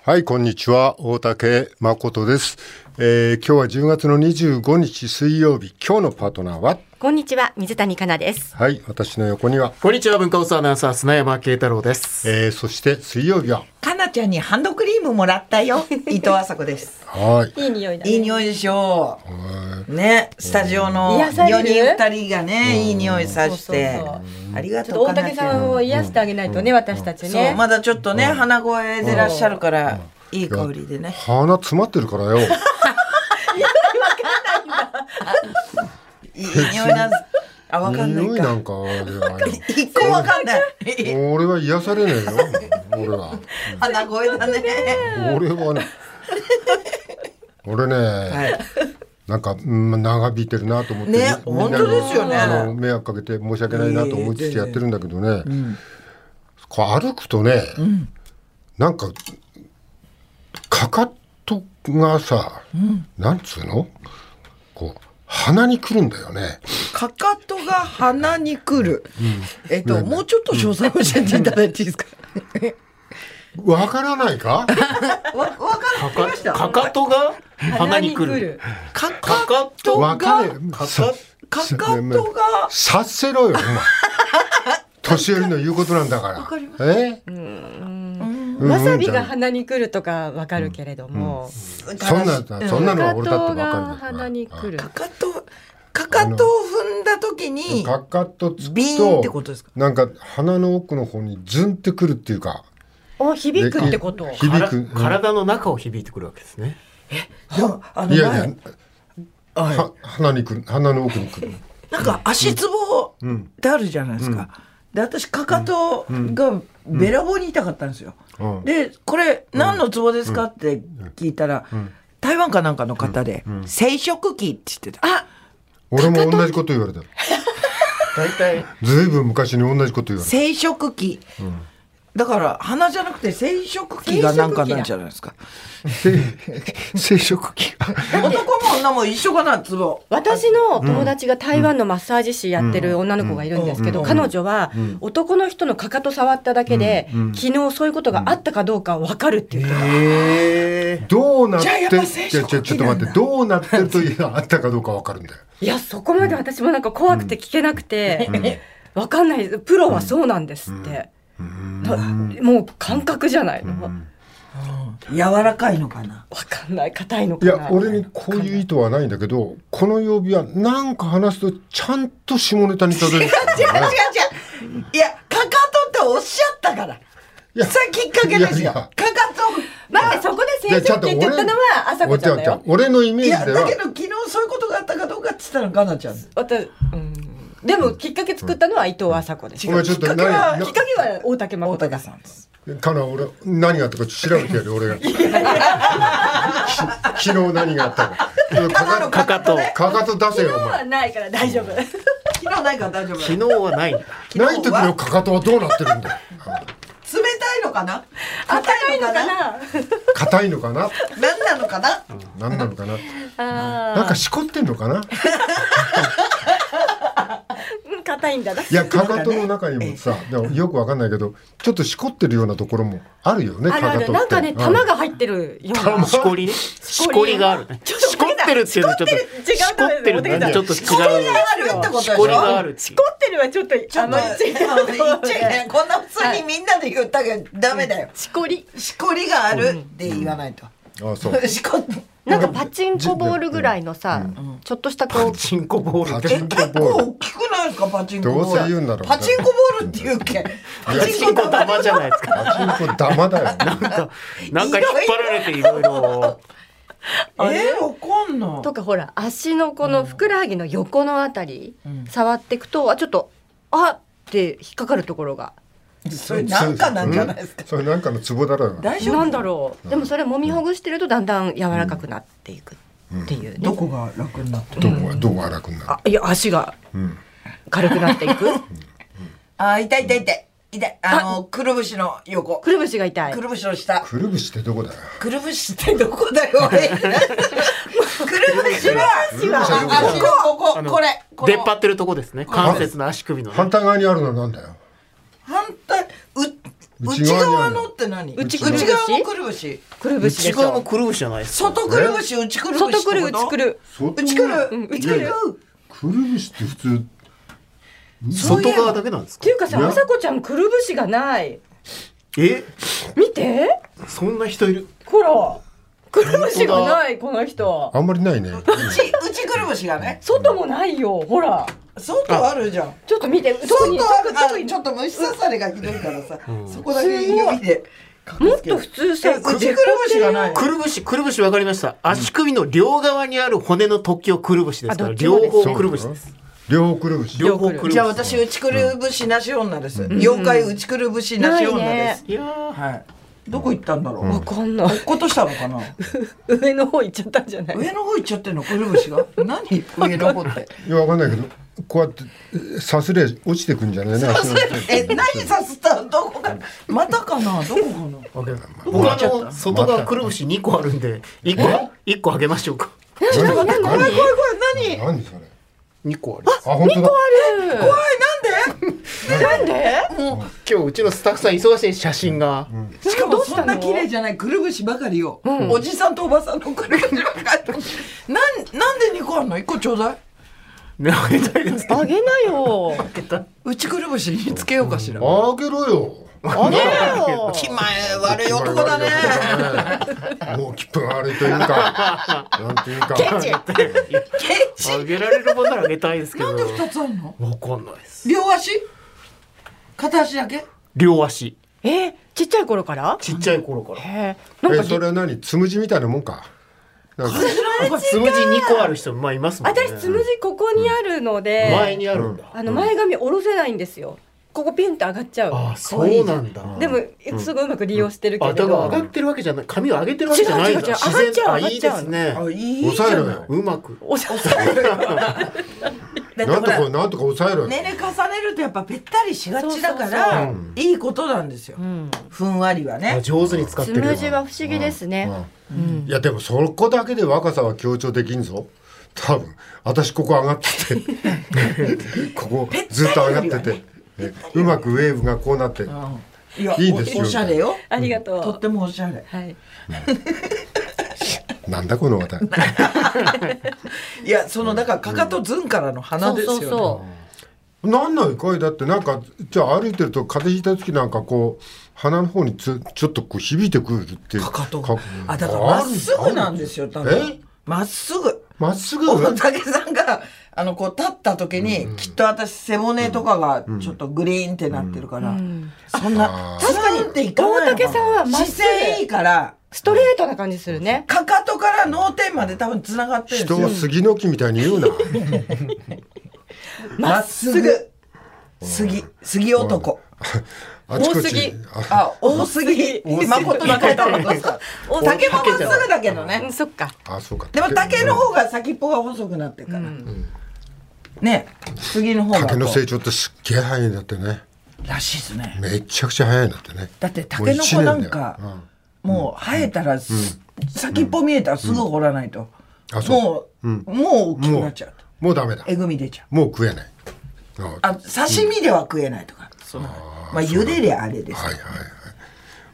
はい、こんにちは。大竹誠です。今日は10月の25日水曜日。今日のパートナーはこんにちは、水谷香奈です。 はい、私の横にはこんにちは、文化放送アナウンサー砂山慶太郎です。 そして水曜日はかなちゃんにハンドクリームもらったよ。伊藤麻子です。 はい。 いい匂いだね。 いい匂いでしょう。ね、スタジオの癒される 4人2人がね、いい匂いさして。ありがとう。 大竹さんを癒してあげないとね、私たちね。 そう、まだちょっとね、鼻声でらっしゃるから、いい香りでね。 鼻詰まってるからよ。 いい匂いなんです。あ、わかんないか。 匂いなんかあれは一個わかんない。 俺は癒されねえよ。俺は。 鼻声だね。 俺はね。俺ね。 はいなんか、長引いてるなと思ってね、本当ですよね。 迷惑かけて申し訳ないなと思いつつやってるんだけどね、こう歩くとね、なんかかかとがさ、なんつうのこう鼻にくるんだよね。 かかとが鼻にくる、もうちょっと詳細教えていただいていいですか。 わからないか。 わかりました。 かかとが鼻にくる。 かかとがかかとが察せろよ、お前。年寄りの言うことなんだから。 わさびが鼻にくるとかわかるけれども、 そんなのは俺だってわかるんだよ。 鼻にくる。 かかとを踏んだ時にかかとつくビーンってことですか。 なんか鼻の奥の方にズンってくるっていうか。 響くってこと。 響く。 体の中を響いてくるわけですね。 いや鼻にくる、鼻の奥にくる。 なんか足つぼってあるじゃないですか。で、私かかとがべらぼうに痛かったんですよ。で、これ何のツボですかって聞いたら、台湾かなんかの方で生殖器って言ってた。あ、 俺も同じこと言われた。 大体ずいぶん昔に同じこと言われた。 生殖器。だから鼻じゃなくて生殖器がなんかなんじゃないですか。 生殖器。 男も女も一緒かな、ツボ。 私の友達が台湾のマッサージ師やってる女の子がいるんですけど、彼女は男の人のかかと触っただけで、昨日そういうことがあったかどうか分かるって言ってた。 どうなってじゃあやっぱ生殖器なんだ。 ちょっと待って、どうなってるというのはあったかどうか分かるんだよ。 いや、そこまで私もなんか怖くて聞けなくて、分かんない。プロはそうなんですって。もう感覚じゃないの。 柔らかいのかな、 分かんない。硬いのかな。 いや、俺にこういう意図はないんだけど、この曜日はなんか話すとちゃんと下ネタにたどり着く、 違う。いや、かかとっておっしゃったから。さっきっかけですよ。かかと。 待って、そこで生殖器って言ったのは朝子ちゃんだよ。 俺のイメージでは。 いや、だけど昨日そういうことがあったかどうかって言ったのかなちゃん。 でもきっかけ作ったのは伊藤麻子です。 お前ちょっときっかけは大竹誠さんです。 かな、俺何があったか調べてやる。俺が昨日何があったか。 かかと出せよ。 昨日はないから大丈夫。 昨日ないから大丈夫。 昨日はないんだ。 ない時のかかとはどうなってるんだよ。 冷たいのかな、 硬いのかな、 硬いのかな、 何なのかな、 何なのかな、なんかしこってんのかな。 硬いんだな。 いや、かかとの中にもさ、でもよくわかんないけど、ちょっとしこってるようなところもあるよね。 あるある。なんかね、玉が入ってるような。 しこりね。しこりがあるね。しこってるっていうのちょっと。しこってるってちょっと違う。しこりがある。 しこってるはちょっとあんまり違う。 こんな普通にみんなで言ったけどダメだよ。 しこりがあるって言わないと。 あ、そう。 しこって。 なんかパチンコボールぐらいのさ、ちょっとしたこうパチンコボール結構大きくないですか、パチンコボール。 どうせ言うんだろう。 パチンコボールって言うけ。 パチンコ玉じゃないですか。 パチンコ玉だよ。 なんか引っ張られていろいろ。 わかんない。 とかほら、足のこのふくらはぎの横のあたり触っていくと、ちょっとあって引っかかるところが。 それなんかなんじゃないですか。 それなんかのツボだろう。 大丈夫なんだろう。でもそれ揉みほぐしてるとだんだん柔らかくなっていくっていうね。 どこが楽になってる？ どこが楽になる？ いや、足が軽くなっていく。 痛い。くるぶしの横。 くるぶしが痛い。 くるぶしの下。 くるぶしってどこだよ。 くるぶしってどこだよ。くるぶしはこれ。 出っ張ってるとこですね。関節の足首の。 反対側にあるのはなんだよ。 反対内側のって何？ 内側もくるぶし。 くるぶしでしょ。 内側もくるぶしじゃないですか。 外くるぶし、内くるぶし。 外くる、内くる。 内くる。 内くる。 くるぶしって普通外側だけなんですか。 っていうかさ、あさこちゃんくるぶしがない。見て。 そんな人いる。 ほら。くるぶしがないこの人。 あんまりないね。 内くるぶしがね。 外もないよ。ほら。 外あるじゃん。 ちょっと見て。 外ある。ちょっと虫刺されがひどいからさ。そこだけ指で。 もっと普通さ、 内くるぶしがない。 くるぶしわかりました。足首の両側にある骨の突起をくるぶしですから、両方くるぶしです。 両方くるぶし。 じゃあ私内くるぶしなし女です。妖怪内くるぶしなし女です。はい。どこ行ったんだろう。 わかんない。 落っことしたのかな。 上の方行っちゃったんじゃない。 上の方行っちゃってんのくるぶしが。何上の方って。 いやわかんないけど、こうやってさすれ落ちてくんじゃないね。 何さすったどこか。またかな。どこかな。 僕外側くるぶし2個あるんで1個あげましょうか。 何それ。 何それ。 2個ある。 あ、本当だ。 怖い。 なんで？ もう今日うちのスタッフさん忙しい写真が。 しかもそんな綺麗じゃないくるぶしばかりよ。おじさんとおばさんのくるぶしばかり。なんで2個あんの？1個ちょうだい。 ね、あげたいですけど。 あげなよ。 内くるぶしにつけようかしら。 あげろよ。 あげなよ。 気前悪い男だね。 もう気分悪いというか、なんていうか。 ケチ。 あげられるものならあげたいですけど。 なんで2つあんの？ わかんないです。 両足？片足だけ？ 両足。 ちっちゃい頃から？ ちっちゃい頃から。 なんかそれは何？つむじみたいなもんか。 つむじ2個ある人いますもんね。 私つむじここにあるので、 前にあるんだ。 前髪下ろせないんですよ。ここピンと上がっちゃう。 あ、そうなんだ。 でもすごいうまく利用してるけど。 だから上がってるわけじゃない。髪を上げてるわけじゃないんだ。 自然といいですね。 抑えろよ。 うまく。 抑えろよ。 なんとか抑えろよ。 年齢重ねるとやっぱぺったりしがちだからいいことなんですよ。ふんわりはね。 上手に使ってる。 つむじは不思議ですね。 いやでもそこだけで若さは強調できんぞ。多分私ここ上がっててここずっと上がってて、うまくウェーブがこうなっていいんですよ。 おしゃれよ。 ありがとう。 とってもおしゃれ。 はい。 なんだこの話題。 いやだからかかとずんからの鼻ですよね。 そうなんないかい。だってなんかじゃあ歩いてると風邪ひいた時なんかこう鼻の方にちょっとこう響いてくるっていうかかと。だからまっすぐなんですよ。多分まっすぐ。 まっすぐ。 大竹さんがこう立った時にきっと私背骨とかがちょっとグリーンってなってるからそんな確かに大竹さんはまっすぐ姿勢いいからストレートな感じするね。 かかとから脳天まで多分つながってるんですよ。 人を杉の木みたいに言うな。 まっすぐ杉男。 大杉。 大杉。誠に書いたことですか。竹もまっすぐだけどね。 そっか。 そうか。 でも竹の方が先っぽが細くなってるから。ね、杉の方が。 竹の成長ってすっげえ早いんだってね。 らしいですね。 めちゃくちゃ早いんだってね。 だって竹の子なんかもう生えたら先っぽ見えたらすぐ掘らないと。もう大きくなっちゃうと。 もうダメだ。 えぐみ出ちゃう。もう食えない。 刺身では食えないとか。茹でりゃあれです。 はいはいはい。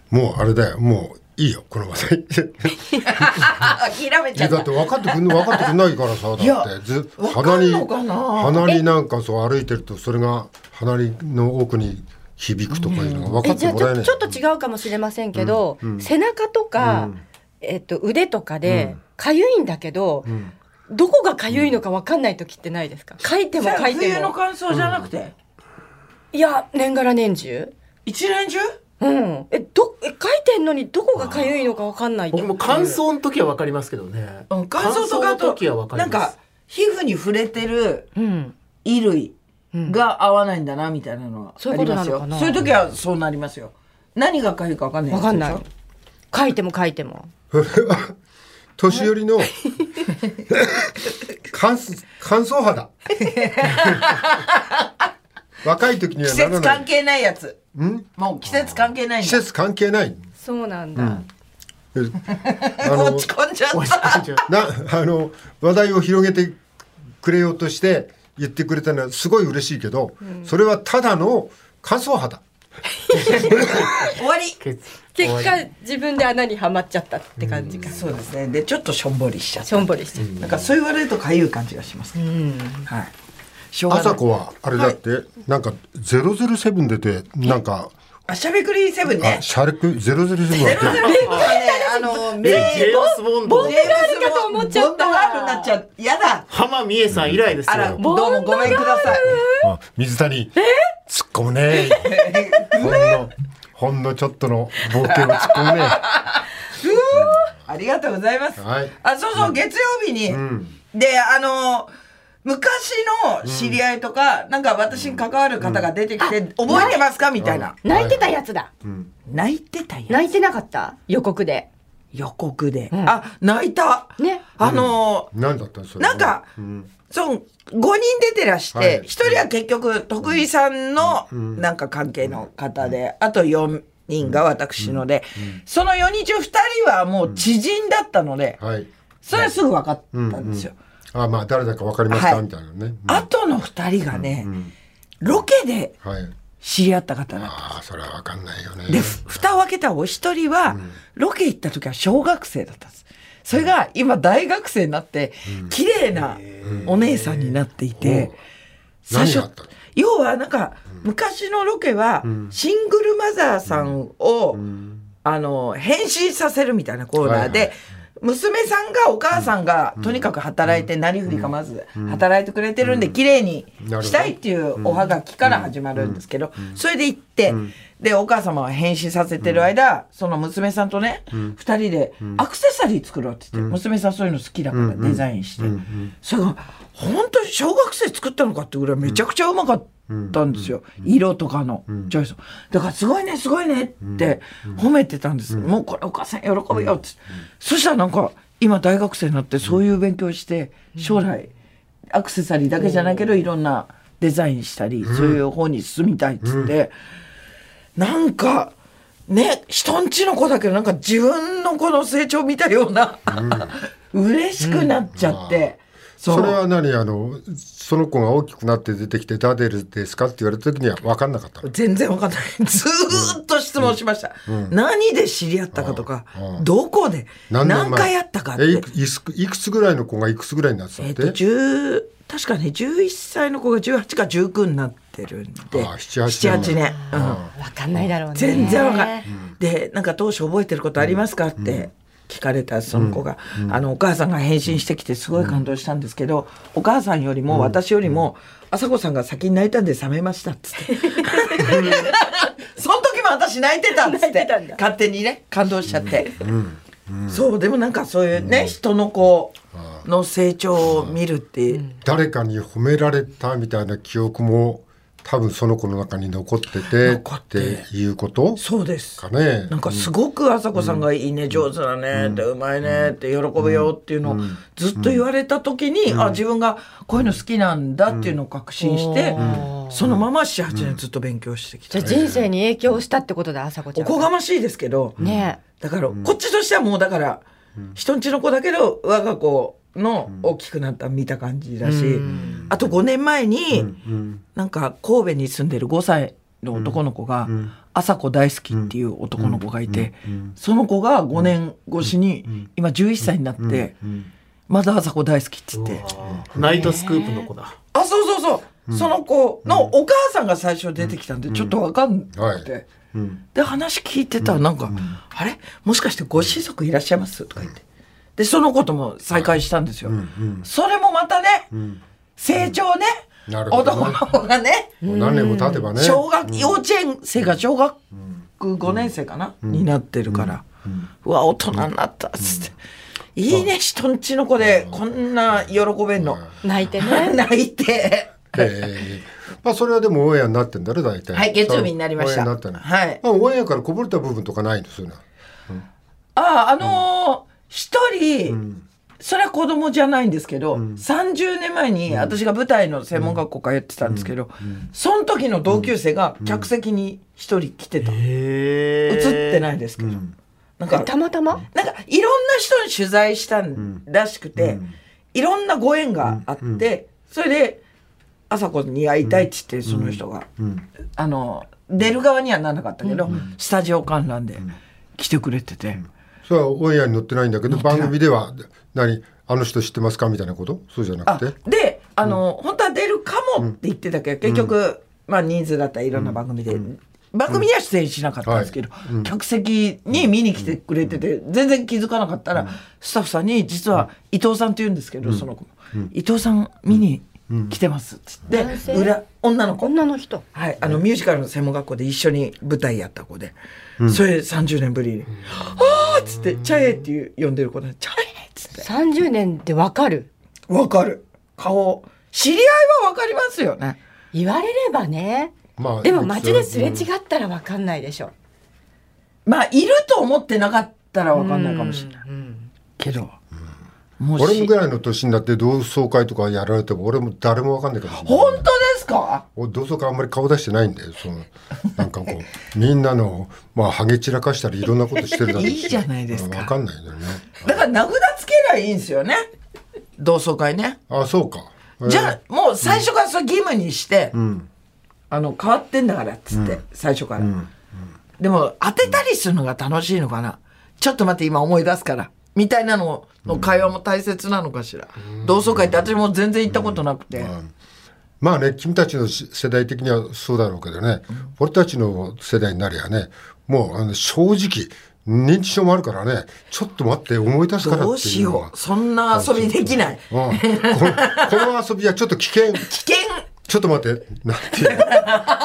もうあれだよ。もういいよこの話題。 諦めちゃった。 だって分かってくんないからさ。だって鼻になんかそう歩いてるとそれが鼻の奥に響くとかいうのが分かってもらえない。 ちょっと違うかもしれませんけど、背中とか腕とかでかゆいんだけど。どこがかゆいのか分かんない時ってないですか？かいてもかいても。 冬の乾燥じゃなくて、 いや年がら年中。 一年中？ かいてんのにどこがかゆいのか分かんない。 僕も乾燥の時は分かりますけどね。 乾燥とかとなんか皮膚に触れてる衣類が合わないんだなみたいなのはありますよ。そういう時はそうなりますよ。何がかゆいか分かんない。 分かんない。かいてもかいても。 年寄りの乾燥肌。若い時にはならない。 季節関係ないやつ。もう季節関係ないんだ。 季節関係ない。 そうなんだ。 落ち込んじゃった。 話題を広げてくれようとして言ってくれたのはすごい嬉しいけど、それはただの乾燥肌。 終わり。 結果自分で穴にはまっちゃったって感じか。 そうですね。でちょっとしょんぼりしちゃった。 しょんぼりしちゃった。 なんかそう言われるとかゆい感じがします。はい。 朝子はあれだって、なんか007出てなんか。 しゃべくり7ね。 シャレク007はジェームスボンド。 ボンドガールかと思っちゃった。 ボンドガールになっちゃう。やだ。 浜美恵さん以来ですよ。 どうもごめんください。 水谷。突っ込むね。ほんのちょっとの冒険を突っ込むね。 ありがとうございます。そうそう、月曜日に。で、昔の知り合いとか、なんか私に関わる方が出てきて、覚えてますかみたいな。 泣いてたやつだ。 泣いてたやつ。 泣いてなかった予告で。 泣いた。 ね。 何だったんですか。 なんか、そう、5人出てらして、1人は結局、徳井さんのなんか関係の方で、あと4人が私ので、その4人中2人はもう知人だったので、それはすぐ分かったんですよ。 まあ誰だか分かりますかみたいなね。 あとの2人がね、ロケで知り合った方だった。 それは分かんないよね。 で、蓋を開けたお一人は、ロケ行った時は小学生だったんです。それが今大学生になって、綺麗なお姉さんになっていて、 最初、 要はなんか、昔のロケは、シングルマザーさんを、変身させるみたいなコーナーで、娘さんがお母さんがとにかく働いて、なりふりかまず働いてくれてるんで綺麗にしたいっていうおはがきから始まるんですけど、それで行ってでお母様は変身させてる間、その娘さんとね2人でアクセサリー作ろうって言って、娘さんそういうの好きだからデザインして、それが本当に小学生作ったのかってぐらいめちゃくちゃうまかったんですよ、色とかのチョイスだから、すごいねすごいねって褒めてたんです。もうこれお母さん喜ぶよって、そしたらなんか今大学生になってそういう勉強して将来アクセサリーだけじゃないけどいろんなデザインしたり、そういう方に進みたいっつって、なんかね人んちの子だけどなんか自分の子の成長見たような、嬉しくなっちゃって、 それは何その子が大きくなって出てきて誰ですかって言われた時には分かんなかったの？ 全然分かんない。ずーっと質問しました、何で知り合ったかとか、どこで何回やったかって。 いくつぐらいの子がいくつぐらいになってたって？ 確かね11歳の子が18か19になってるんで、7,8年、 分かんないだろうね。 全然分かんない。でなんか当初覚えてることありますかって聞かれたその子が、お母さんが返信してきてすごい感動したんですけど、お母さんよりも私よりも朝子さんが先に泣いたんで冷めましたっつってその時も私泣いてたんですって勝手にね感動しちゃって、そうでもなんかそういうね、人の子の成長を見るって、 誰かに褒められたみたいな記憶も多分その子の中に残っててっていうことそうですかね。 なんかすごく朝子さんがいいね、上手だねって、うまいねって喜ぶよっていうのをずっと言われた時に、自分がこういうの好きなんだっていうのを確信して、そのまま 7,8 年ずっと勉強してきた。 じゃあ人生に影響したってことだ、朝子ちゃん。 おこがましいですけど、だからこっちとしてはもうだから人んちの子だけど我が子の大きくなった見た感じだし、あと5年前になんか神戸に住んでる5歳の男の子が朝子大好きっていう男の子がいて、その子が5年越しに今11歳になってまだ朝子大好きって言って、 ナイトスクープの子だ。 そうその子のお母さんが最初出てきたんでちょっと分かんなくて、で話聞いてたらなんか、あれもしかしてご子息いらっしゃいますとか言って、でその子とも再会したんですよ、それもまたね、成長ね、男の子がね、 何年も経てばね、 幼稚園生が小学5年生かな、になってるから、うわ大人になったっつって、いいね人んちの子でこんな喜べんの、 泣いてね泣いてまあそれはでもオンエアになってんだろ大体。 はい、月曜日になりました。 オンエアになったね。はい。オンエアからこぼれた部分とかないのそういうの。一人、それは子供じゃないんですけど、30年前に私が舞台の専門学校通ってたんですけど、その時の同級生が客席に一人来てた。映ってないですけど。 なんかたまたまなんかいろんな人に取材したらしくて、いろんなご縁があって、それで朝子に会いたいっつってその人が、出る側にはならなかったけど、スタジオ観覧で来てくれてて、 それはオンエアに載ってないんだけど、番組ではあの人知ってますかみたいなこと？そうじゃなくて、 で本当は出るかもって言ってたけど、結局、人数だったらいろんな番組で、番組には出演しなかったんですけど、客席に見に来てくれてて、全然気づかなかったら、スタッフさんに実は伊藤さんって言うんですけど、その子も、伊藤さん見に来てますっつって、女の人、はい、ミュージカルの専門学校で一緒に舞台やった子で、それ30年ぶりに「あー」っつって「チャエ」って呼んでる子で「チャエ」っつって 30年でわかる顔、知り合いはわかりますよね、 言われればね。でも街ですれ違ったらわかんないでしょ。 いると思ってなかったらわかんないかもしれないけど、 俺ぐらいの年になって同窓会とかやられても俺も誰もわかんないかもしれない。 本当ですか？ 俺同窓会あんまり顔出してないんで、なんかこうみんなのハゲ散らかしたりいろんなことしてるだけいいじゃないですか。 わかんないんだよね。 だから名札つけりゃいいんですよね、同窓会ね。 そうか。 じゃあもう最初からそれ義務にして、変わってんだからっつって、最初から、でも当てたりするのが楽しいのかな、ちょっと待って今思い出すからみたいなのの会話も大切なのかしら、同窓会って私も全然行ったことなくて、 君たちの世代的にはそうだろうけどね、俺たちの世代になりゃね、もう正直認知症もあるからね、ちょって待って思い出すからっていうのは。 どうしよう、そんな遊びできない、 この遊びはちょっと危険ちょっと待って、なんていうの大竹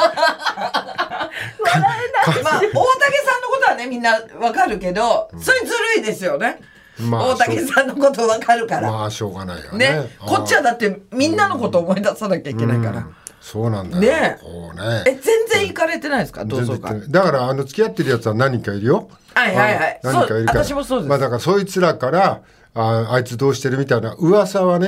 さんのことはねみんなわかるけど、それずるいですよね、大竹さんのことわかるから、 しょうがないよね。 こっちはだってみんなのこと思い出さなきゃいけないから、 そうなんだよね。全然行かれてないですか、同窓会。 だから付き合ってるやつは何人かいるよ。 はいはいはい。 何人かいるから。 私もそうです。 だからそいつらからあいつどうしてるみたいな噂は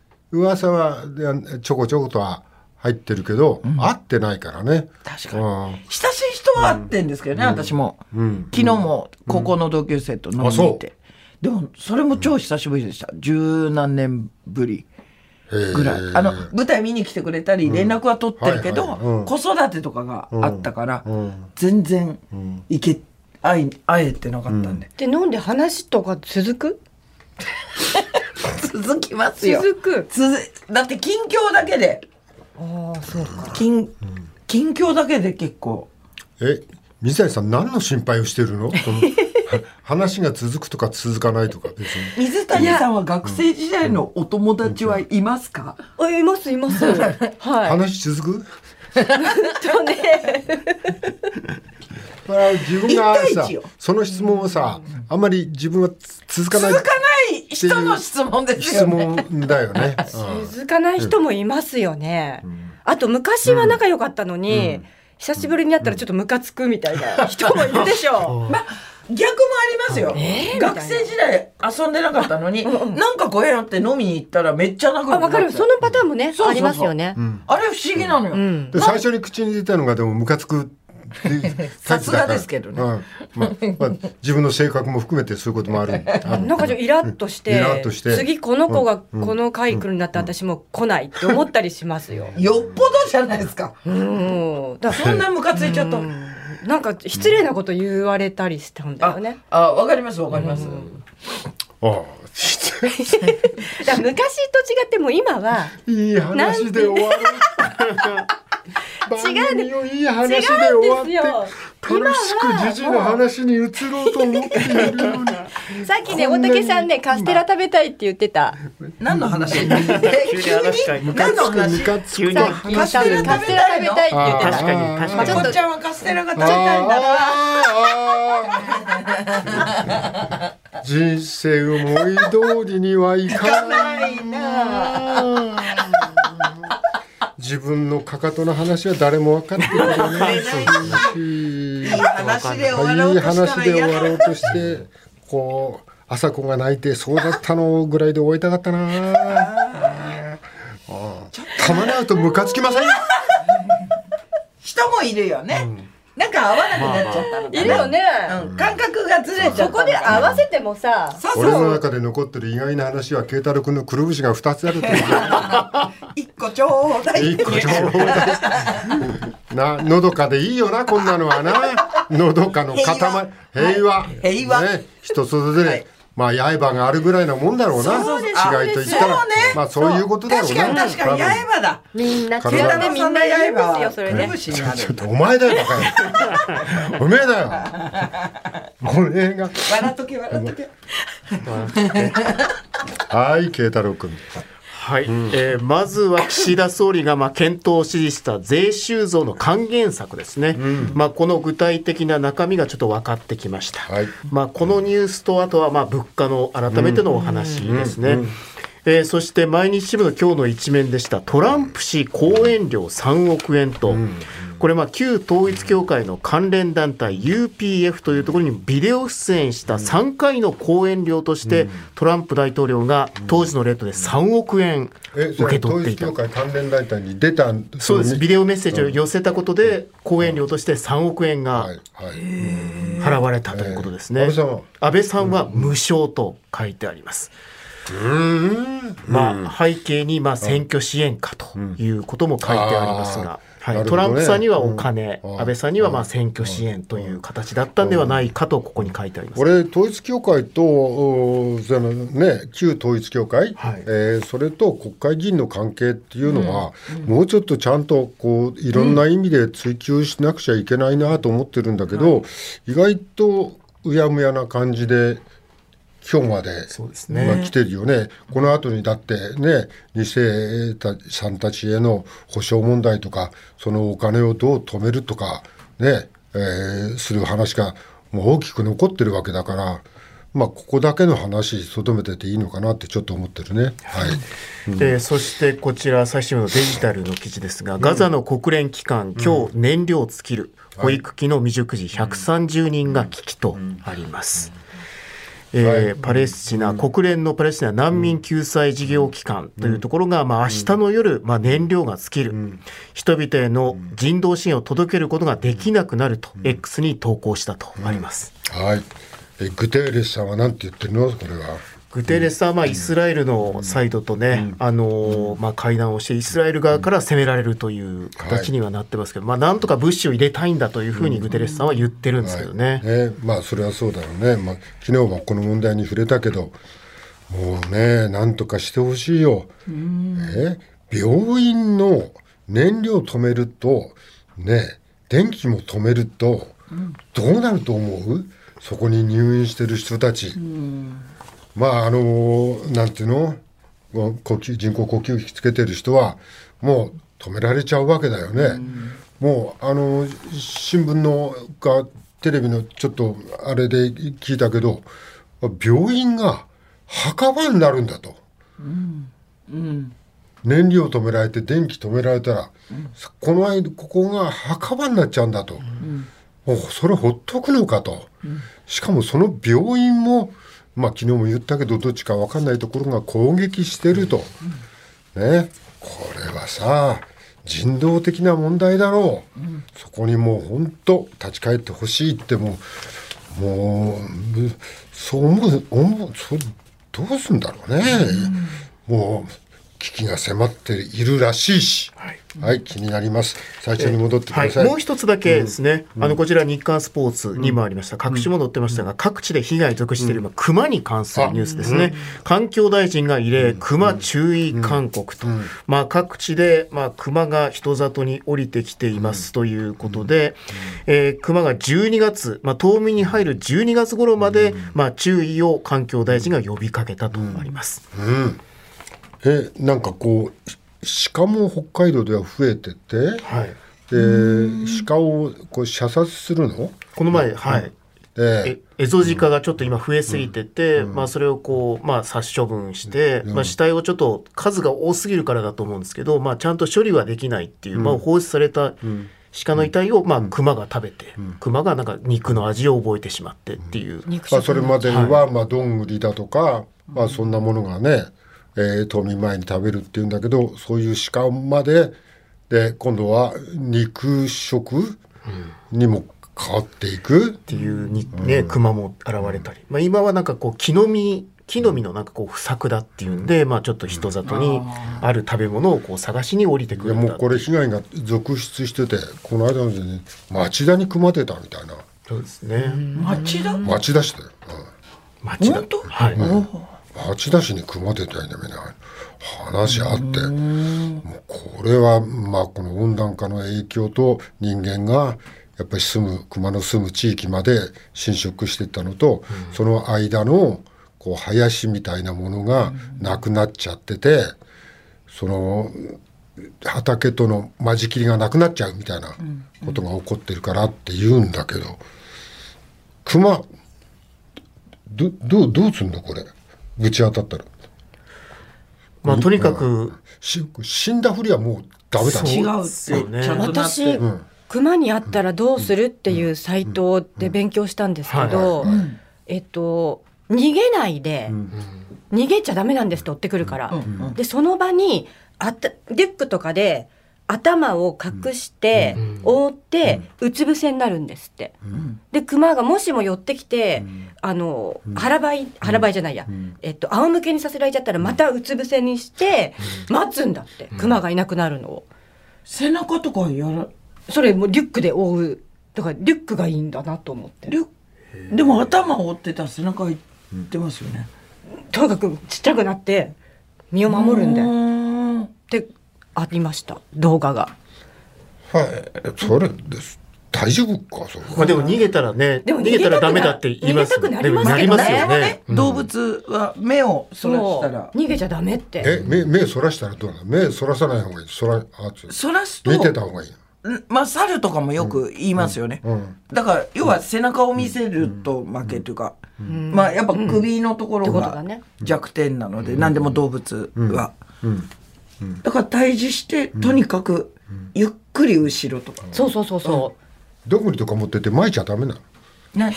ちょこちょことは入ってるけど、会ってないからね。 確かに。親しい人は会ってんですけどね、私も。昨日も高校の同級生と飲みに行って。でもそれも超久しぶりでした。十何年ぶりぐらい。舞台見に来てくれたり連絡は取ってるけど、子育てとかがあったから全然会えてなかったんで。 で飲んで話とか続く？ 続きますよ。だって近況だけで。 そうか。 近況だけで結構。 水谷さん何の心配をしてるの？話が続くとか続かないとか別に。 水谷さんは学生時代のお友達はいますか？ います。はい。 話続く？自分がさ、その質問をさ、あんまり自分は続かない人の質問ですよね。 質問だよね。 続かない人もいますよね。あと昔は仲良かったのに、久しぶりに会ったらちょっとムカつくみたいな人もいるでしょ。 逆もありますよ。学生時代遊んでなかったのに、なんかご縁あって飲みに行ったらめっちゃ仲良くなって。 わかる。そのパターンもね、ありますよね。 あれ不思議なのよ。 最初に口に出たのがでもムカつく。 さすがですけどね。 自分の性格も含めてそういうこともある。 なんかイラッとして次この子がこの会来るんだったら私も来ないって思ったりしますよ。 よっぽどじゃないですか。そんなムカついちゃった。 なんか失礼なこと言われたりしたんだよね。 わかります。 昔と違っても今はいい話で終わる。番組をいい話で終わって楽しく時事の話に移ろうと思っているように。 さっきね大竹さんねカステラ食べたいって言ってた。 何の話？ 急に話したい。 何の話？ 急にカステラ食べたいって言ってた。 確かに。 まこちゃんはカステラが食べたいんだな。 人生思い通りにはいかないな。自分のかかとの話は誰も分かってくれない。 いい話で終わろうとしてこう朝子が泣いてそうだったのぐらいで終えたかったな。たまに会うとムカつきません？ 人もいるよね。 なんか合わなくなっちゃったのかな。 いるよね、 感覚がずれちゃった。 そこで合わせてもさ、 俺の中で残ってる意外な話は慶太郎君のくるぶしが2つあるって一個ちょうだい。 一個ちょうだいな、のどかでいいよな、こんなのはな。のどかの塊、平和、 平和、 ね、人それぞれ、まあ刃があるぐらいなもんだろうな。違いと言ったら、まあそういうことだろうな。 確かに刃だ。 みんな違ってみんな刃ですよ、それね。 ちょっとお前だよ、バカよ。おめえだよ。これが。 笑っとけ笑っとけ。 はい、慶太郎君。 はい、まずは岸田総理が検討を指示した税収増の還元策ですね、この具体的な中身がちょっと分かってきました、はい、このニュースとあとは物価の改めてのお話ですね、そして毎日新聞の今日の一面でしたトランプ氏講演料3億円と、これ旧統一教会の関連団体 UPF というところにビデオ出演した3回の講演料としてトランプ大統領が当時のレートで3億円受け取っていた。 統一教会関連団体に出た。 そうです。ビデオメッセージを寄せたことで講演料として3億円が払われたということですね。安倍さんは無償と書いてあります。背景に選挙支援かということも書いてありますが、トランプさんにはお金、安倍さんには選挙支援という形だったんではないかとここに書いてあります。 俺統一教会と旧統一教会、それと国会議員の関係っていうのは、もうちょっとちゃんといろんな意味で追求しなくちゃいけないなと思ってるんだけど、意外とうやむやな感じで今日まで来てるよね。この後にだってね、2世さんたちへの補償問題とか、そのお金をどう止めるとかね、する話がもう大きく残ってるわけだから、ここだけの話とどめてていいのかなってちょっと思ってるね。 そしてこちら最新のデジタルの記事ですが、ガザの国連機関、今日燃料尽きる、保育器の未熟児130人が危機とあります。パレスチナ、国連のパレスチナ難民救済事業機関というところが、明日の夜、燃料が尽きる、人々への人道支援を届けることができなくなると X に投稿したとあります。 グテーレスさんは何て言ってるの？これはグテーレスさんはイスラエルのサイドとね、会談をしてイスラエル側から攻められるという形にはなってますけど、なんとか物資を入れたいんだというふうにグテーレスさんは言ってるんですけどね。 それはそうだろうね。昨日はこの問題に触れたけど、もうね、なんとかしてほしいよ。病院の燃料止めるとね、電気も止めるとどうなると思う？そこに入院してる人たち。なんていうの、人工呼吸器つけてる人はもう止められちゃうわけだよね。もう新聞のかテレビのちょっとあれで聞いたけど、病院が墓場になるんだと。燃料止められて電気止められたら、ここが墓場になっちゃうんだと。それほっとくのかと。しかもその病院も昨日も言ったけどどっちか分かんないところが攻撃してると、これはさ人道的な問題だろう、そこにもう本当立ち返ってほしいってもうそう思うどうすんだろうね、もう危機が迫っているらしいし、気になります。最初に戻ってください。 もう一つだけですね、こちら日刊スポーツにもありました、各紙も載ってましたが、各地で被害続出している熊に関するニュースですね。環境大臣が異例、熊注意勧告と、各地で熊が人里に降りてきていますということで、熊が12月、冬眠に入る12月頃まで、注意を環境大臣が呼びかけたとあります。 なんか鹿も北海道では増えてて、鹿を射殺するの？ この前、エゾジカがちょっと今増えすぎてて、それを殺処分して、死体をちょっと数が多すぎるからだと思うんですけど、ちゃんと処理はできないっていう、放出された鹿の遺体を熊が食べて、熊がなんか肉の味を覚えてしまってっていう。 それまでにはどんぐりだとか、そんなものがね、冬眠前に食べるっていうんだけど、そういう鹿まで今度は肉食、 にも変わっていくっていうに、ね、熊も現れたり、今はなんかこう木の実のなんかこう不作だっていうんで、ちょっと人里にある食べ物をこう探しに降りてくるんだ。 もうこれ被害が続出してて、この間のね、町田に熊出たみたいな。 そうですね。 町田市だよ。 町田。 本当？ はい。 町田市に熊出たんだみたいな話あって、もうこれはこの温暖化の影響と人間がやっぱり熊の住む地域まで侵食していったのと、その間のこう林みたいなものがなくなっちゃってて、その畑との間仕切りがなくなっちゃうみたいなことが起こってるからって言うんだけど、熊どうすんのこれ、ぶち当たったら。 とにかく死んだふりはもうダメだ。 違うってちゃんとなって。 私、熊に会ったらどうするっていうサイトで勉強したんですけど、逃げないで、逃げちゃダメなんですって追ってくるから、でその場にリュックとかで頭を隠して覆ってうつ伏せになるんですって。で熊がもしも寄ってきて腹ばいじゃないや、仰向けにさせられちゃったらまたうつ伏せにして待つんだって、熊がいなくなるのを。 背中とかそれもリュックで覆う。だからリュックがいいんだなと思って。 でも頭を覆ってたら背中いってますよね。 とにかくちっちゃくなって身を守るんでってありました、動画が。 はい、それです大丈夫かそれ。 でも逃げたらね、逃げたらダメだって言います。 逃げたくなりますけどね。 動物は目をそらしたら逃げちゃダメって。 目そらしたらどうなの？目そらさない方がいい。そらすと見てた方がいい。 猿とかもよく言いますよね。だから要は背中を見せると負けというか、やっぱ首のところが弱点なので、何でも動物は。だから退治してとにかくゆっくり後ろとか。 そう。 どんぐりとか持ってて巻いちゃダメなの？ わ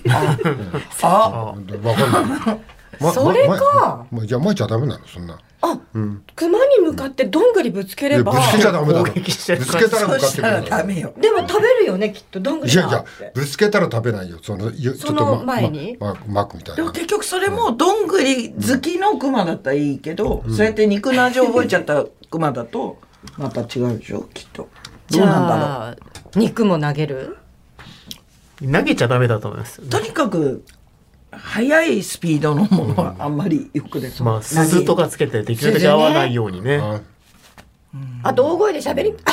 かんない。 それか。 じゃあ巻いちゃダメなのそんな。 熊に向かってどんぐりぶつければ。 ぶつけちゃダメだろ。ぶつけたら向かってくる。 ダメよ。 でも食べるよねきっとどんぐり。 いやぶつけたら食べないよ。ちょっと前に巻くみたいな。 でも結局それもどんぐり好きの熊だったらいいけど、そうやって肉の味を覚えちゃった熊だとまた違うでしょきっと。どうなんだろう。肉も投げる？ 投げちゃダメだと思います。 とにかく速いスピードのものはあんまりよくです。 鈴とかつけてできるだけ合わないようにね。 あと大声で喋り。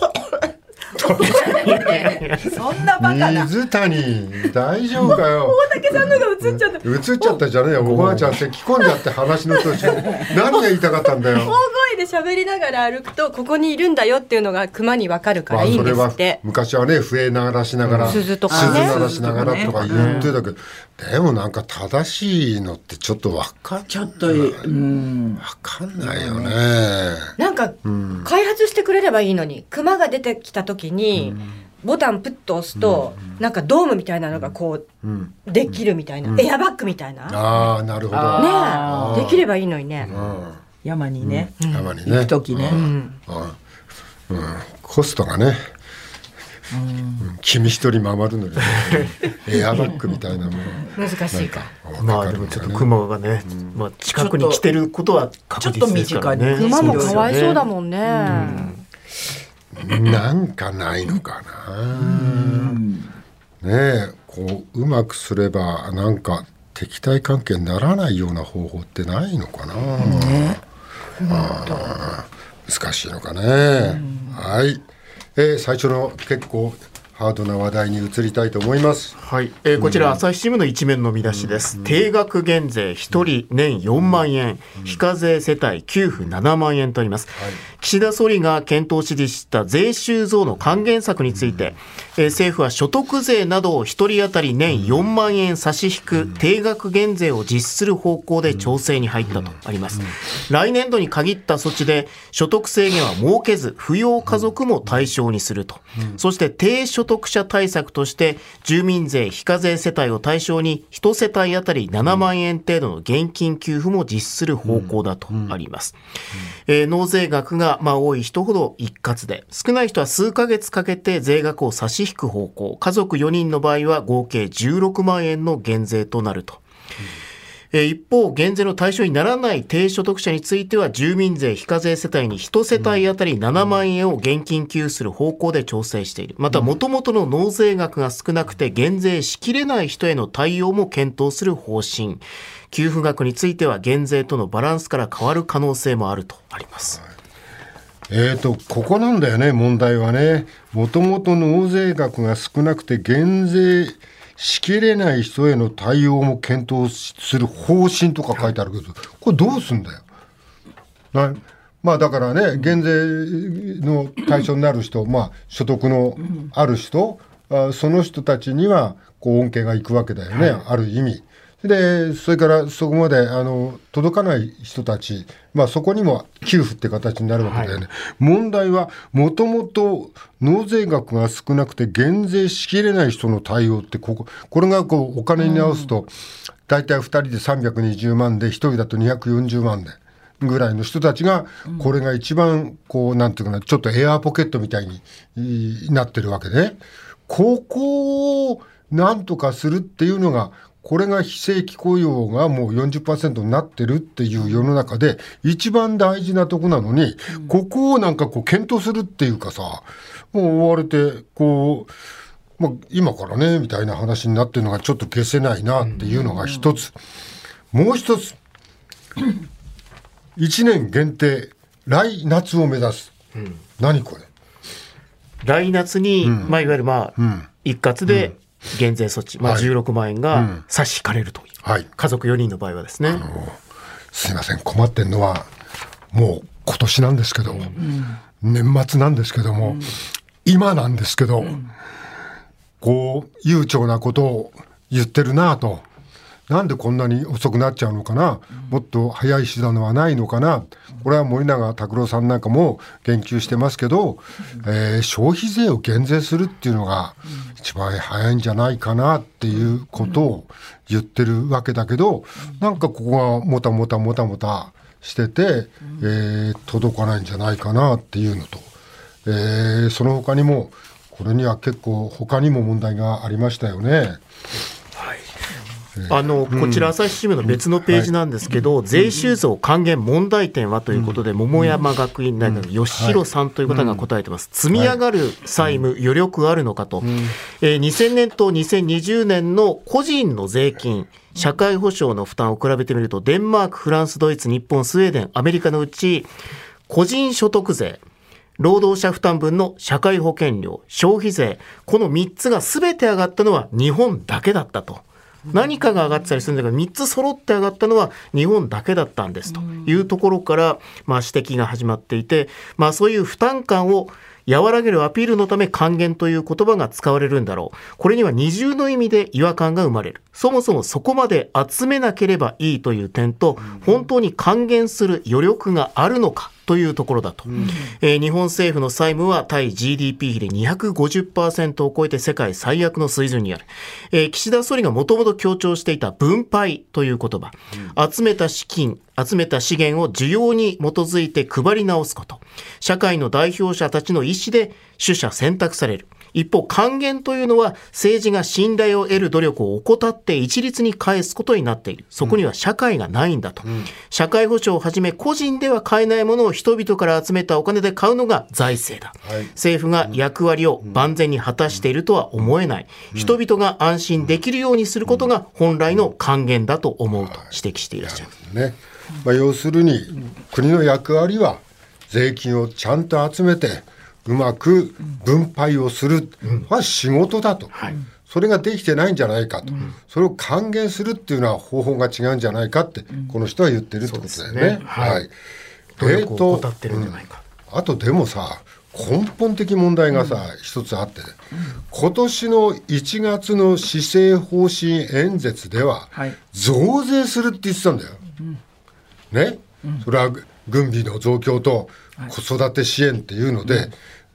そんなバカな。 水谷大丈夫かよ。 大竹さんのが映っちゃった。 映っちゃったじゃねえよ。おばあちゃんって着込んじゃって話の途中何が言いたかったんだよ。 大声で喋りながら歩くとここにいるんだよっていうのが熊に分かるからいいんですって。 昔はね笛鳴らしながら、 鈴とかね、 鈴鳴らしながらとか言ってたけど、でもなんか正しいのってちょっと分かんない。 ちょっと分かんないよね。 なんか開発してくれればいいのに、熊が出てきた時にボタンプッと押すとなんかドームみたいなのがこうできるみたいな、エアバッグみたいな。 ああなるほどね、できればいいのにね。 山にね、 山にね行く時ね、 コストがね、君一人守るのにエアバッグみたいなもの難しいか。 でもちょっと熊がね、近くに来てることは確実ですからね。 熊もかわいそうだもんね。 なんかないのかな。ねえ、こううまくすればなんか敵対関係にならないような方法ってないのかな。難しいのかね。はい、最初の結構ハードな話題に移りたいと思います。 はい、こちら朝日新聞の一面の見出しです。定額減税1人年4万円、非課税世帯給付7万円とあります。岸田総理が検討を指示した税収増の還元策について、政府は所得税などを1人当たり年4万円差し引く定額減税を実施する方向で調整に入ったとあります。来年度に限った措置で所得制限は設けず、扶養家族も対象にすると。そして低所得者対策として住民税非課税世帯を対象に1世帯当たり7万円程度の現金給付も実施する方向だとあります。納税額がは、多い人ほど一括で、少ない人は数ヶ月かけて税額を差し引く方向、家族4人の場合は合計16万円の減税となると。一方、減税の対象にならない低所得者については、住民税非課税世帯に1世帯当たり7万円を現金給付する方向で調整している。また、元々の納税額が少なくて減税しきれない人への対応も検討する方針。給付額については減税とのバランスから変わる可能性もあるとあります。 ここなんだよね、問題はね。もともと納税額が少なくて減税しきれない人への対応も検討する方針とか書いてあるけど、これどうすんだよ。だからね、減税の対象になる人、所得のある人、その人たちには恩恵がいくわけだよね、ある意味。でそれからそこまで届かない人たち、そこにも給付って形になるわけだよね。問題はもともと納税額が少なくて減税しきれない人の対応って、これがお金に合わすと大体2人で320万で1人だと240万でぐらいの人たちが、これが一番なんていうかな、ちょっとエアーポケットみたいになってるわけで、ね、ここをなんとかするっていうのが、これが非正規雇用がもう 40% になってるっていう世の中で一番大事なとこなのに、ここをなんか検討するっていうかさ、もう追われて今からねみたいな話になってるのがちょっと消せないなっていうのが一つ。もう一つ、1年限定来夏を目指す、何これ。 来夏に、いわゆる一括で減税措置、16万円が差し引かれるという、家族4人の場合はですね。 すいません、困ってんのはもう今年なんですけど、年末なんですけども、今なんですけど、悠長なことを言ってるなと。なんでこんなに遅くなっちゃうのかな、もっと早い手段はないのかな。これは森永卓郎さんなんかも言及してますけど、消費税を減税するっていうのが一番早いんじゃないかなっていうことを言ってるわけだけど、なんかここがもたもたしてて、届かないんじゃないかなっていうのと、その他にもこれには結構他にも問題がありましたよね。 こちら朝日新聞の別のページなんですけど、税収増還元問題点はということで、桃山学院大学吉弘さんという方が答えてます。積み上がる債務余力あるのかと、2000年と2020年の個人の税金社会保障の負担を比べてみると、デンマーク、フランス、ドイツ、日本、スウェーデン、アメリカのうち個人所得税、労働者負担分の社会保険料、消費税、この3つが全て上がったのは日本だけだったと。何かが上がってたりするんだけど、3つ揃って上がったのは日本だけだったんですというところから、指摘が始まっていて、そういう負担感を和らげるアピールのため還元という言葉が使われるんだろう。これには二重の意味で違和感が生まれる。そもそもそこまで集めなければいいという点と、本当に還元する余力があるのかというところだと、日本政府の債務は対 GDP 比で 250% を超えて世界最悪の水準にある、岸田総理がもともと強調していた分配という言葉、集めた資源を需要に基づいて配り直すこと、社会の代表者たちの意思で取捨選択される。一方、還元というのは政治が信頼を得る努力を怠って一律に返すことになっている。そこには社会がないんだと、社会保障をはじめ個人では買えないものを人々から集めたお金で買うのが財政だ、政府が役割を万全に果たしているとは思えない、人々が安心できるようにすることが本来の還元だと思うと指摘していらっしゃる、 要するに国の役割は税金をちゃんと集めてうまく分配をするは仕事だと、それができてないんじゃないかと、それを還元するっていうのは方法が違うんじゃないかって、この人は言ってるってことだよね。あとでもさ、根本的問題がさ、一つあって、今年の1月の施政方針演説では、増税するって言ってたんだよ、ね、それは軍備の増強と子育て支援っていうので、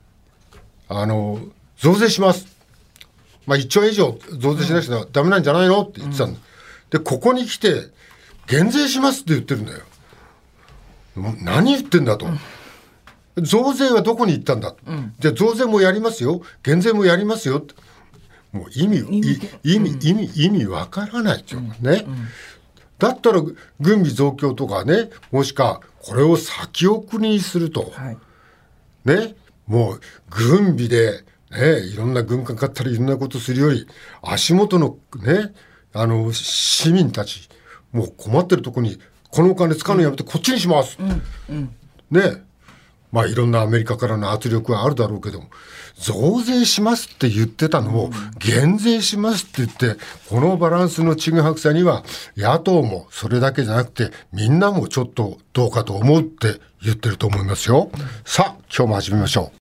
増税します、1兆円以上増税しないとダメなんじゃないのって言ってたんだ、でここに来て減税しますって言ってるんだよ。何言ってんだと、 増税はどこに行ったんだ、じゃあ増税もやりますよ、減税もやりますよって、もう意味わからないですよね。だったら軍備増強とかね、もしくはこれを先送りにすると、ね、もう軍備で、ね、いろんな軍艦買ったりいろんなことするより、足元のね、市民たちもう困ってるとこにこのお金使うのやめてこっちにします、ね、まあいろんなアメリカからの圧力はあるだろうけども、増税しますって言ってたのを減税しますって言って、このバランスのちぐはぐさには野党もそれだけじゃなくてみんなもちょっとどうかと思うって言ってると思いますよ。さあ今日も始めましょう。